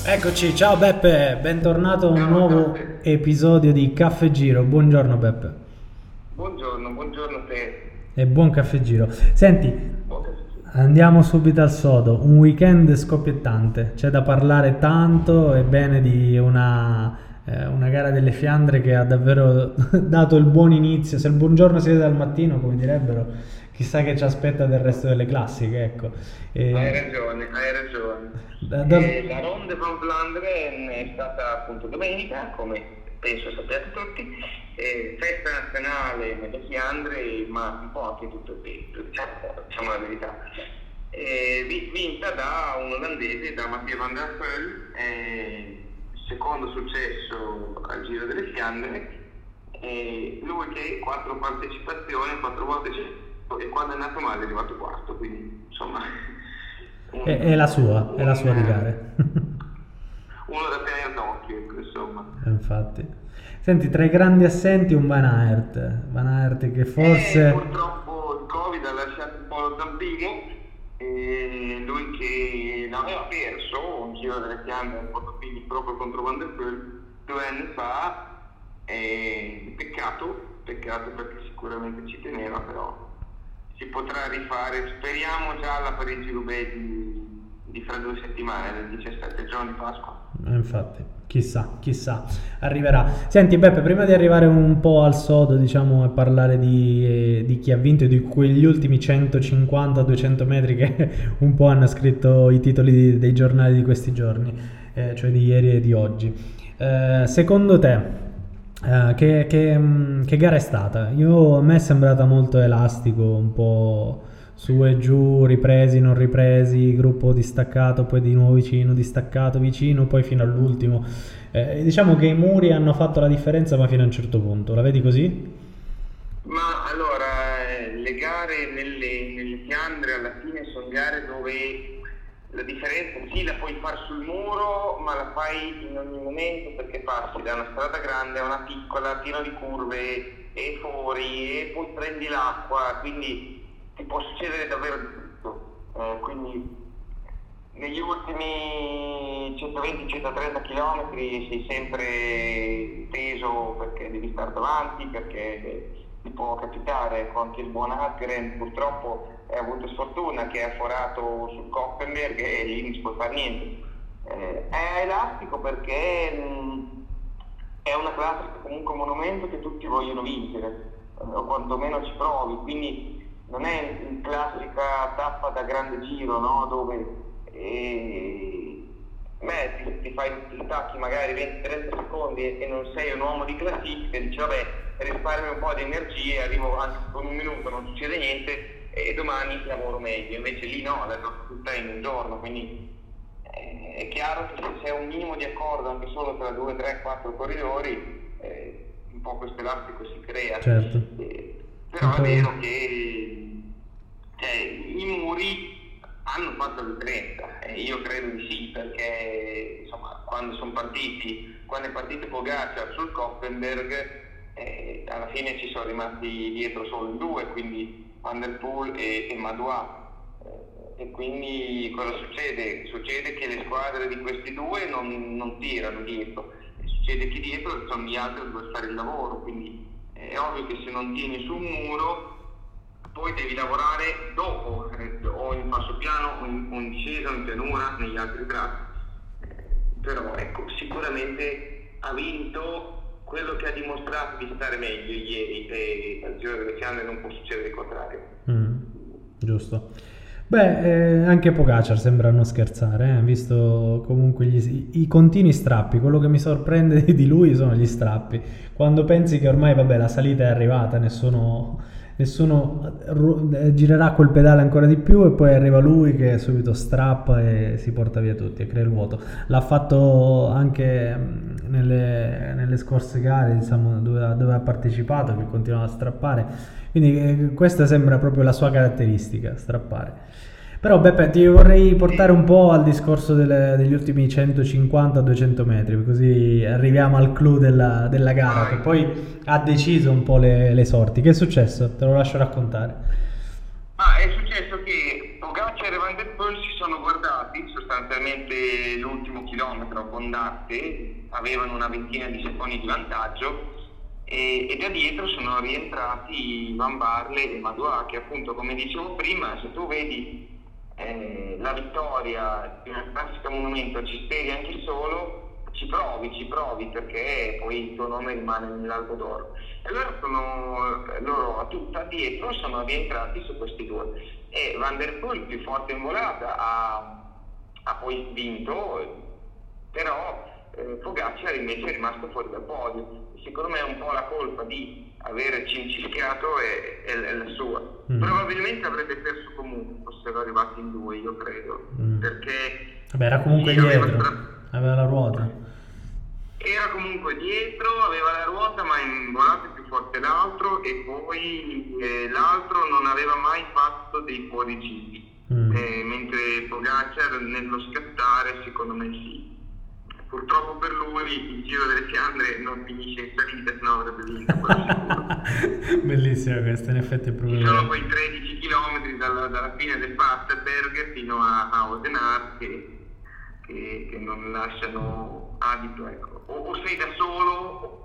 Eccoci, ciao Beppe, bentornato a un Ciao nuovo Giuseppe, episodio di Caffè Giro. Buongiorno Beppe buongiorno a te. e buon Caffè Giro. Senti, Buon caffè. andiamo subito al sodo. Un weekend scoppiettante, c'è da parlare tanto e bene di una gara delle Fiandre che ha davvero dato il buon inizio. Se il buongiorno si vede al mattino, come direbbero, chissà che ci aspetta del resto delle classiche, ecco. Hai E, ragione, hai ragione. da- da- La Ronde van Vlaanderen è stata appunto domenica, come penso sappiate tutti, festa nazionale nelle Fiandre, ma un po' anche tutto il resto, diciamo la verità. Vinta da un olandese, da Mathieu van der Poel, secondo successo al Giro delle Fiandre, lui che 4 partecipazioni, 4 volte e quando è andato male è arrivato quarto, quindi insomma è la sua di gare. uno da tenere d'occhio, ecco, insomma. Infatti. Senti, tra i grandi assenti un Van Aert che forse... Purtroppo il Covid ha lasciato un po' lo zampino, e lui che aveva perso un Giro delle Fiandre un po' quindi proprio contro Van der Poel 2 anni fa, peccato perché sicuramente ci teneva, però si potrà rifare, speriamo già alla Parigi-Roubaix di fra 2 settimane, del 17 giorno di Pasqua. Infatti, chissà, arriverà. Senti Beppe, prima di arrivare un po' al sodo, diciamo, e parlare di chi ha vinto e di quegli ultimi 150-200 metri che un po' hanno scritto i titoli dei giornali di questi giorni, cioè di ieri e di oggi. Secondo te, che gara è stata? A me è sembrata molto elastico, un po' su e giù, ripresi, non ripresi, gruppo distaccato, poi di nuovo vicino, distaccato, vicino, poi fino all'ultimo. Diciamo che i muri hanno fatto la differenza, ma fino a un certo punto. La vedi così? Ma allora, le gare nelle Fiandre alla fine sono gare dove la differenza sì la puoi fare sul muro, ma la fai in ogni momento perché passi da una strada grande a una piccola, piena di curve e fuori e poi prendi l'acqua, quindi ti può succedere davvero di tutto. Quindi negli ultimi 120-130 km sei sempre teso perché devi stare davanti, perché ti può capitare. Con anche il buon Asgren purtroppo ha avuto sfortuna che ha forato sul Koppenberg e lì non si può fare niente. È elastico perché è una classica, comunque un monumento che tutti vogliono vincere, o quantomeno ci provi, quindi non è in classica tappa da grande giro, no? Dove ti fai ti stacchi magari 20-30 secondi e non sei un uomo di classifica e dici vabbè, risparmio un po' di energie, arrivo anche con un minuto, non succede niente e domani lavoro meglio. Invece lì no, la gioco tutta in un giorno, quindi è chiaro che se c'è un minimo di accordo anche solo tra 2, 3, 4 corridori, un po' questo elastico si crea. Certo. Però è vero che i muri hanno fatto la differenza, io credo di sì, perché insomma quando è partito Pogacar sul Koppenberg, alla fine ci sono rimasti dietro solo in 2, quindi Van der Poel e Madouas, e quindi cosa succede? Succede che le squadre di questi due non tirano dietro, e succede che dietro sono gli altri a dover fare il lavoro, quindi è ovvio che se non tieni su un muro poi devi lavorare dopo, o in passo piano, o in discesa, o in pianura, negli altri tratti. Però ecco, sicuramente ha vinto quello che ha dimostrato di stare meglio ieri, e al Giro delle Fiandre non può succedere il contrario. Giusto. Beh, anche Pogacar sembra non scherzare, visto comunque i continui strappi. Quello che mi sorprende di lui sono gli strappi. Quando pensi che ormai, vabbè, la salita è arrivata, nessuno girerà quel pedale ancora di più, e poi arriva lui che subito strappa e si porta via tutti e crea il vuoto. L'ha fatto anche nelle scorse gare, diciamo, dove ha partecipato, che continuava a strappare, quindi questa sembra proprio la sua caratteristica, strappare. Però Beppe, ti vorrei portare un po' al discorso degli ultimi 150-200 metri, così arriviamo al clou della gara, che poi ha deciso un po' le sorti. Che è successo? Te lo lascio raccontare. È successo che Pogacar e Van der Poel si sono guardati sostanzialmente l'ultimo chilometro abbondante, avevano una ventina di secondi di vantaggio e da dietro sono rientrati Van Baarle e Madouas, che appunto, come dicevo prima, se tu vedi la vittoria di una classica monumento ci speri anche solo, ci provi perché poi il tuo nome rimane nell'albo d'oro. E allora loro a tutta dietro sono rientrati su questi due e Van der Poel, più forte in volata, ha poi vinto, però Pogacar invece è rimasto fuori dal podio. Secondo me è un po' la colpa di aver cincischiato è la sua. Probabilmente avrebbe perso comunque, fossero arrivati in due, io credo, perché vabbè, era comunque dietro, aveva la ruota. Era comunque dietro, aveva la ruota, ma in volata è più forte l'altro, e poi l'altro non aveva mai fatto dei fuorigiri, mentre Pogacar nello scattare secondo me sì. Purtroppo per lui il Giro delle Fiandre non finisce in salita, se no avrebbe vinto, quello sicuro. Bellissima questa, in effetti è proprio. Ci sono quei 13 km dalla fine del Pasterberg fino a Oudenaarde che non lasciano adito, ecco. O sei da solo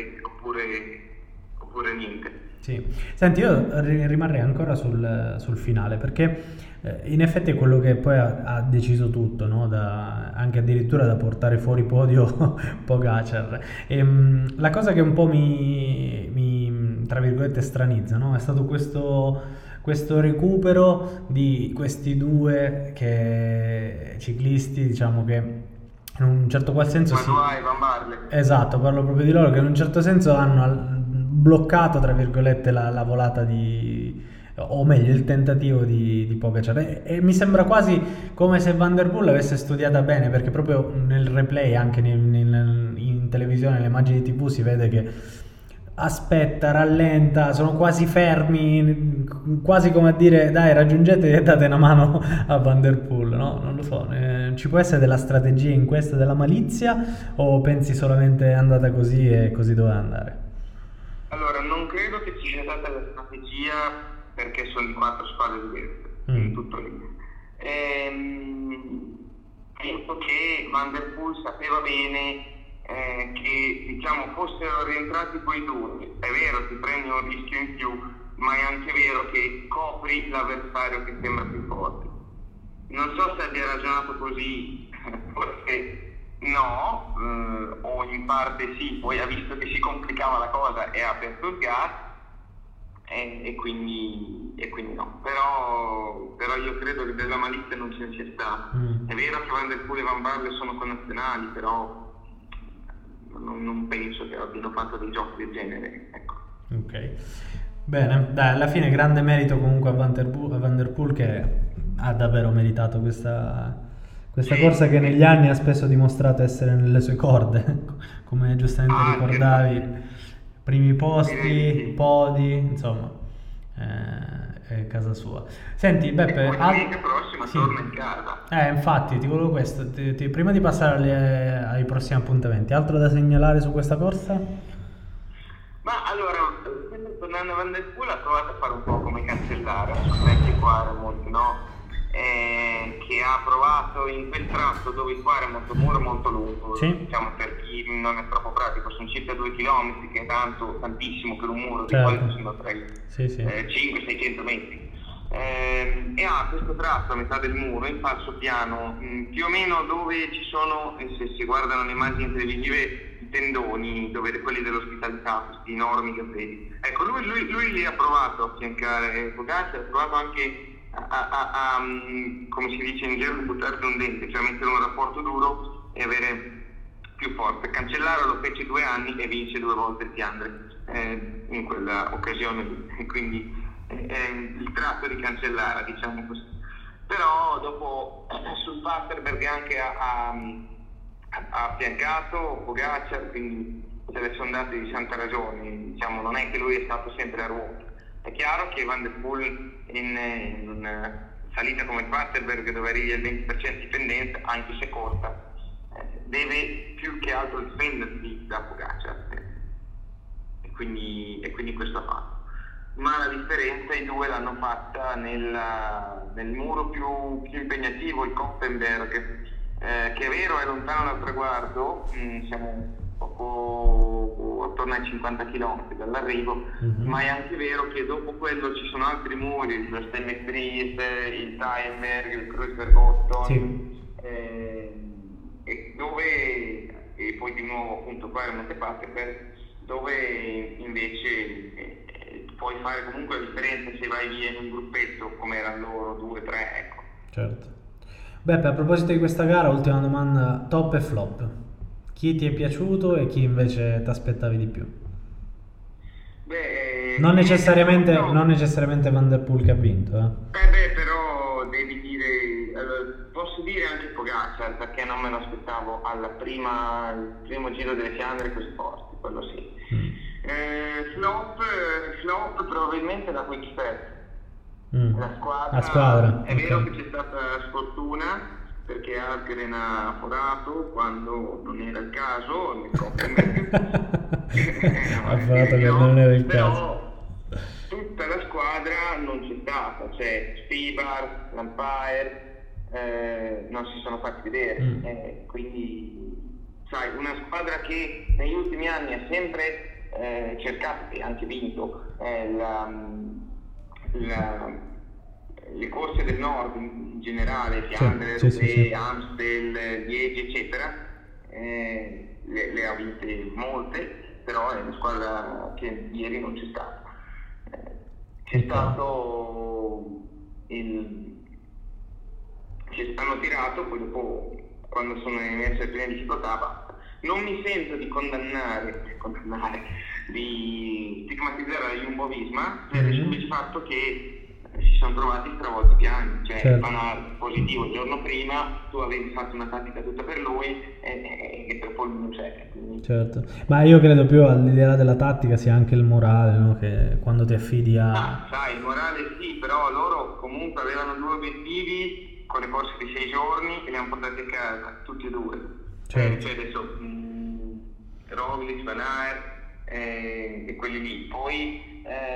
oppure niente. Sì. Senti, io rimarrei ancora sul finale, perché in effetti è quello che poi ha deciso tutto, no? Anche addirittura da portare fuori podio Pogacar. La cosa che un po' mi tra virgolette stranizza, no? È stato questo recupero di questi due ciclisti, diciamo, che in un certo qual senso Madouas e Van Baarle. Esatto, parlo proprio di loro, che in un certo senso hanno bloccato, tra virgolette, la volata o meglio il tentativo di Pogacar, e mi sembra quasi come se Van der Poel avesse studiata bene, perché proprio nel replay, anche in televisione, nelle immagini TV, si vede che aspetta, rallenta, sono quasi fermi, quasi come a dire dai, raggiungete e date una mano a Van der Poel, no? Non lo so, ci può essere della strategia in questa, della malizia, o pensi solamente è andata così e così doveva andare? Allora, non credo che ci sia stata la strategia, perché sono di 4 squadre diverse, tutto lì. Penso che Van der Poel sapeva bene che, diciamo, fossero rientrati quei due. È vero, ti prendi un rischio in più, ma è anche vero che copri l'avversario che sembra più forte. Non so se abbia ragionato così, forse no, o in parte sì, poi ha visto che si complicava la cosa e ha aperto il gas, e quindi no. Però io credo che della malizia non ce ne sia stata. È vero che Van der Poel e Van Baarle sono connazionali, però non penso che abbiano fatto dei giochi del genere, ecco. Ok, bene, dai, alla fine grande merito comunque a Van der Poel, che ha davvero meritato questa corsa, che negli anni ha spesso dimostrato essere nelle sue corde, come giustamente ricordavi, primi posti, podi, insomma, è casa sua. Senti Beppe, domenica prossima torna in casa. Infatti ti volevo questo, prima di passare ai prossimi appuntamenti, altro da segnalare su questa corsa? Ma allora, tornando a Van der Poel, ha provato a fare un po' come Cancellara sul vecchio Quaremont, no? Che ha provato in quel tratto dove il Quaremont è un muro molto lungo, sì. Diciamo, per chi non è troppo pratico, sono circa 2 km, che è tantissimo per un muro, certo. Di quali sono 500-600 metri. E ha questo tratto a metà del muro in falso piano, più o meno dove ci sono, se si guardano le immagini televisive, i tendoni, quelli dell'ospitalità, questi enormi capelli. Ecco, lui lì ha provato a affiancare Pogacar, ha provato anche a come si dice in gergo, buttare un dente, cioè mettere un rapporto duro e avere più forza. Cancellara lo fece 2 anni e vinse 2 volte il Fiandre in quella occasione lì, e quindi il tratto di Cancellara, diciamo così. Però dopo sul Pasterberg anche ha affiancato Pogacar, quindi se le sono date di santa ragione, diciamo, non è che lui è stato sempre a ruota. È chiaro che Van der Poel in una salita come il Pasterberg, dove arrivi al 20% di pendenza, anche se corta, deve più che altro difendersi da Pogacar, e quindi questo ha fatto. ma la differenza i due l'hanno fatta nel muro più impegnativo, il Koppenberg, che è vero è lontano dal traguardo, siamo poco attorno ai 50 km dall'arrivo, ma è anche vero che dopo quello ci sono altri muri, il Stemmet-Fries, il Steinberg, il Kreuzberg-Otton, Sì. e poi di nuovo appunto qua il Monte dove invece puoi fare comunque la differenza se vai via in un gruppetto come erano loro, 2-3, ecco. Certo. Beppe, a proposito di questa gara, ultima domanda, top e flop. Chi ti è piaciuto e chi invece ti aspettavi di più? Non necessariamente Van der Poel che ha vinto, però devi dire, posso dire anche Pogacar, perché non me lo aspettavo al primo giro delle Fiandre così forti, quello sì. Flop probabilmente la Quick-Step, la squadra. È vero che c'è stata sfortuna perché Algren ha forato quando non era il caso, ha forato che non era il caso. Però tutta la squadra non c'è stata, cioè Spibar, Lampaert non si sono fatti vedere, quindi sai, una squadra che negli ultimi anni ha sempre cercato e anche vinto le corse del nord in generale, Fiandre, Amstel, Liegi eccetera, le ha vinte molte, però è una squadra che ieri non c'è stata. C'è stato ci hanno tirato, poi dopo quando sono emerse le prime difficoltà basta. Non mi sento di condannare, di stigmatizzare la Jumbo-Visma per il semplice fatto che si sono trovati stravolti piani, cioè Van positivo il giorno prima, tu avevi fatto una tattica tutta per lui e per poi non c'è. Quindi... Certo, ma io credo più all'idea della tattica sia anche il morale, no? Che quando ti affidi a... sai, il morale sì, però loro comunque avevano due obiettivi con le corse di 6 giorni e li hanno portati a casa, tutti e due. Cioè adesso Roglic, Van Aert e quelli lì. Poi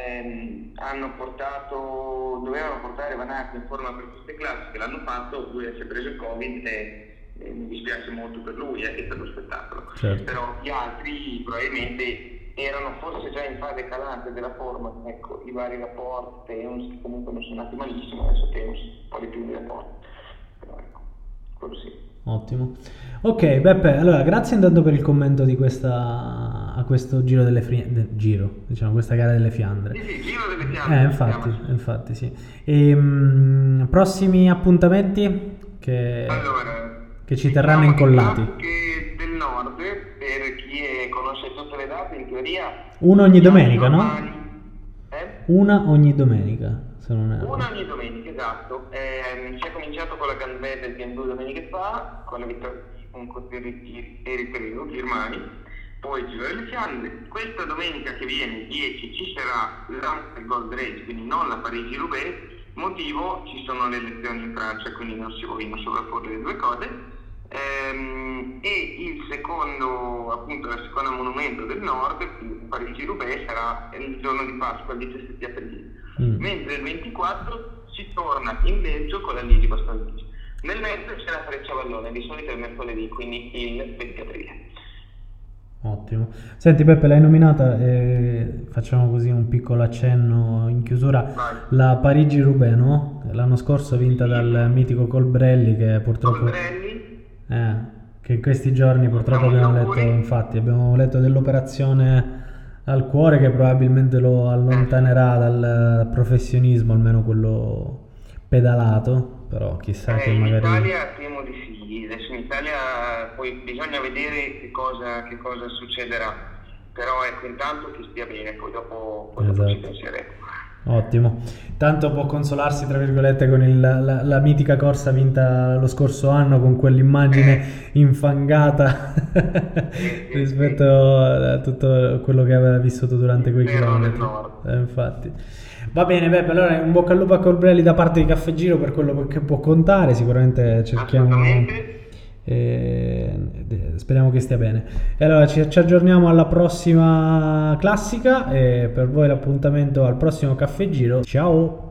dovevano portare Van Aert in forma per queste classiche, l'hanno fatto, lui si è preso il Covid e mi dispiace molto per lui e per lo spettacolo. Però gli altri probabilmente erano forse già in fase calante della forma, ecco, i vari rapporti, Teuns comunque non sono andati malissimo, adesso Teuns un po' di più di rapporti, però ecco, quello sì. Ottimo. Ok, Beppe, allora grazie intanto per il commento di a questo giro delle diciamo questa gara delle Fiandre. Sì, giro delle Fiandre. Infatti sì. Prossimi appuntamenti che ci terranno incollati. Che del nord, per chi conosce tutte le date, in teoria una ogni domenica, no? Una ogni domenica. Una ogni domenica, esatto. Si è cominciato con la Gambetta del PM2 domeniche fa, con la vittoria contro Eritreo, Germani, poi il Giro delle Fiandre. Questa domenica che viene, 10, ci sarà l'Amstel Gold Race, quindi non la Parigi-Roubaix. Motivo, ci sono le elezioni in Francia, quindi non si vogliono sovrapporre le due cose. E il secondo, appunto, la seconda monumento del nord, Parigi-Roubaix, sarà il giorno di Pasqua, il 17 aprile. Mentre il 24 si torna in Belgio con la Liegi-Bastogne. Nel mezzo c'è la Frecciavallone, di solito è il mercoledì, quindi il 20 aprile. Ottimo. Senti Beppe, l'hai nominata e facciamo così un piccolo accenno in chiusura. Vai. La Parigi-Roubaix, no? L'anno scorso vinta dal mitico Colbrelli, che purtroppo... che in questi giorni purtroppo abbiamo letto dell'operazione al cuore che probabilmente lo allontanerà dal professionismo, almeno quello pedalato, però chissà che magari... In Italia temo di sì, adesso in Italia poi bisogna vedere che cosa succederà, però ecco, intanto che stia bene, poi dopo ci penseremo. Ottimo, tanto può consolarsi tra virgolette con la mitica corsa vinta lo scorso anno, con quell'immagine infangata rispetto a tutto quello che aveva vissuto durante quei chilometri. Infatti. Va bene Beppe, allora un bocca al lupo a Colbrelli da parte di Caffè Giro per quello che può contare, sicuramente cerchiamo speriamo che stia bene. E allora ci aggiorniamo alla prossima classica, e per voi l'appuntamento al prossimo Caffè Giro. Ciao!